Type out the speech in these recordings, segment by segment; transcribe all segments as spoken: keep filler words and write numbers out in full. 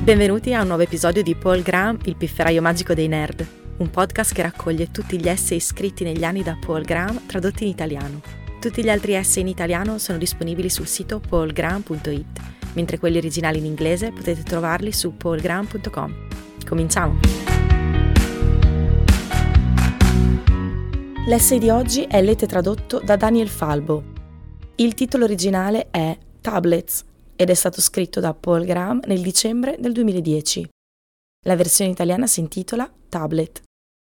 Benvenuti a un nuovo episodio di Paul Graham, il pifferaio magico dei nerd, un podcast che raccoglie tutti gli essay scritti negli anni da Paul Graham tradotti in italiano. Tutti gli altri essay in italiano sono disponibili sul sito paul graham punto it, mentre quelli originali in inglese potete trovarli su paul graham punto com. Cominciamo! L'essay di oggi è letto e tradotto da Daniel Falbo. Il titolo originale è Tablets ed è stato scritto da Paul Graham nel dicembre del duemiladieci. La versione italiana si intitola Tablet.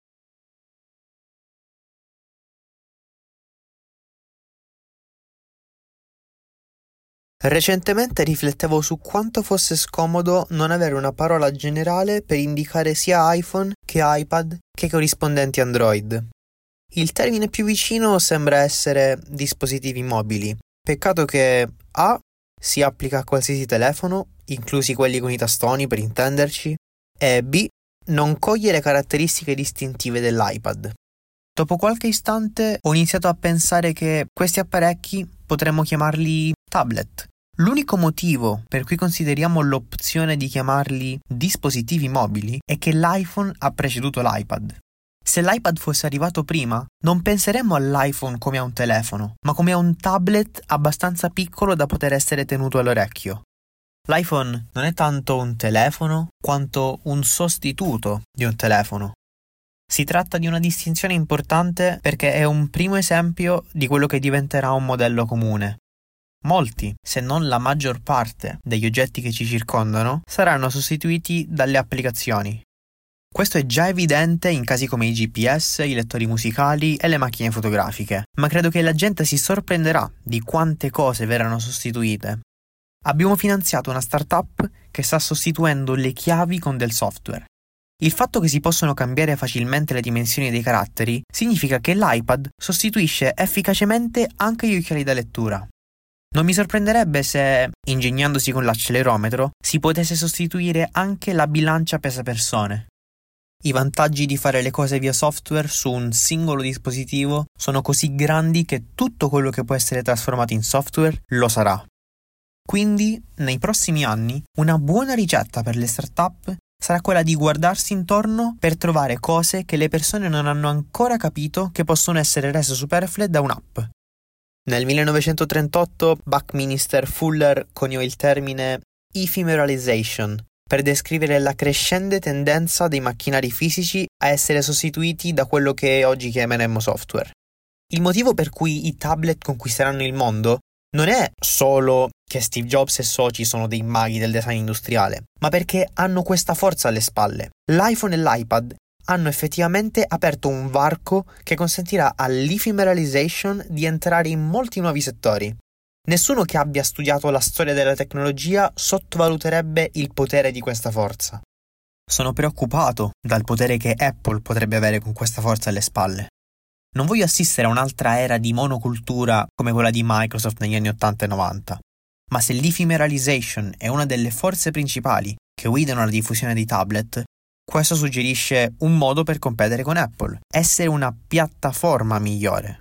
Recentemente riflettevo su quanto fosse scomodo non avere una parola generale per indicare sia iPhone che iPad che corrispondenti Android. Il termine più vicino sembra essere dispositivi mobili. Peccato che A si applica a qualsiasi telefono, inclusi quelli con i tastoni per intenderci, e B non coglie le caratteristiche distintive dell'iPad. Dopo qualche istante ho iniziato a pensare che questi apparecchi potremmo chiamarli tablet. L'unico motivo per cui consideriamo l'opzione di chiamarli dispositivi mobili è che l'iPhone ha preceduto l'iPad. Se l'iPad fosse arrivato prima, non penseremmo all'iPhone come a un telefono, ma come a un tablet abbastanza piccolo da poter essere tenuto all'orecchio. L'iPhone non è tanto un telefono quanto un sostituto di un telefono. Si tratta di una distinzione importante perché è un primo esempio di quello che diventerà un modello comune. Molti, se non la maggior parte, degli oggetti che ci circondano saranno sostituiti dalle applicazioni. Questo è già evidente in casi come i G P S, i lettori musicali e le macchine fotografiche, ma credo che la gente si sorprenderà di quante cose verranno sostituite. Abbiamo finanziato una startup che sta sostituendo le chiavi con del software. Il fatto che si possono cambiare facilmente le dimensioni dei caratteri significa che l'iPad sostituisce efficacemente anche gli occhiali da lettura. Non mi sorprenderebbe se, ingegnandosi con l'accelerometro, si potesse sostituire anche la bilancia pesapersone. I vantaggi di fare le cose via software su un singolo dispositivo sono così grandi che tutto quello che può essere trasformato in software lo sarà. Quindi, nei prossimi anni, una buona ricetta per le startup sarà quella di guardarsi intorno per trovare cose che le persone non hanno ancora capito che possono essere rese superflue da un'app. Nel millenovecentotrentotto Buckminster Fuller coniò il termine ephemeralization per descrivere la crescente tendenza dei macchinari fisici a essere sostituiti da quello che oggi chiameremmo software. Il motivo per cui i tablet conquisteranno il mondo non è solo che Steve Jobs e soci sono dei maghi del design industriale, ma perché hanno questa forza alle spalle. L'iPhone e l'iPad hanno effettivamente aperto un varco che consentirà all'ephemeralization di entrare in molti nuovi settori. Nessuno che abbia studiato la storia della tecnologia sottovaluterebbe il potere di questa forza. Sono preoccupato dal potere che Apple potrebbe avere con questa forza alle spalle. Non voglio assistere a un'altra era di monocultura come quella di Microsoft negli anni ottanta e novanta, ma se l'ephemeralization è una delle forze principali che guidano la diffusione dei tablet, questo suggerisce un modo per competere con Apple, essere una piattaforma migliore.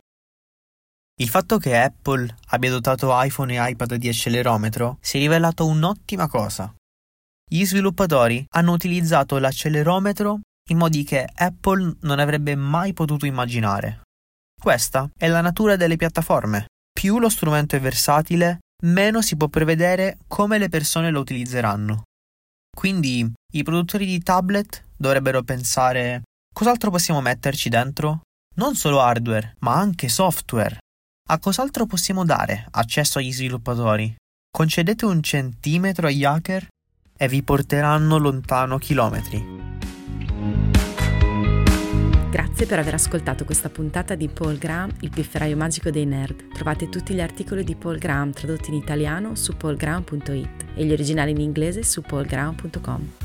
Il fatto che Apple abbia dotato iPhone e iPad di accelerometro si è rivelato un'ottima cosa. Gli sviluppatori hanno utilizzato l'accelerometro in modi che Apple non avrebbe mai potuto immaginare. Questa è la natura delle piattaforme. Più lo strumento è versatile, meno si può prevedere come le persone lo utilizzeranno. Quindi i produttori di tablet dovrebbero pensare: cos'altro possiamo metterci dentro? Non solo hardware, ma anche software. A cos'altro possiamo dare accesso agli sviluppatori? Concedete un centimetro agli hacker e vi porteranno lontano chilometri. Grazie per aver ascoltato questa puntata di Paul Graham, il pifferaio magico dei nerd. Trovate tutti gli articoli di Paul Graham tradotti in italiano su paul graham punto it e gli originali in inglese su paul graham punto com.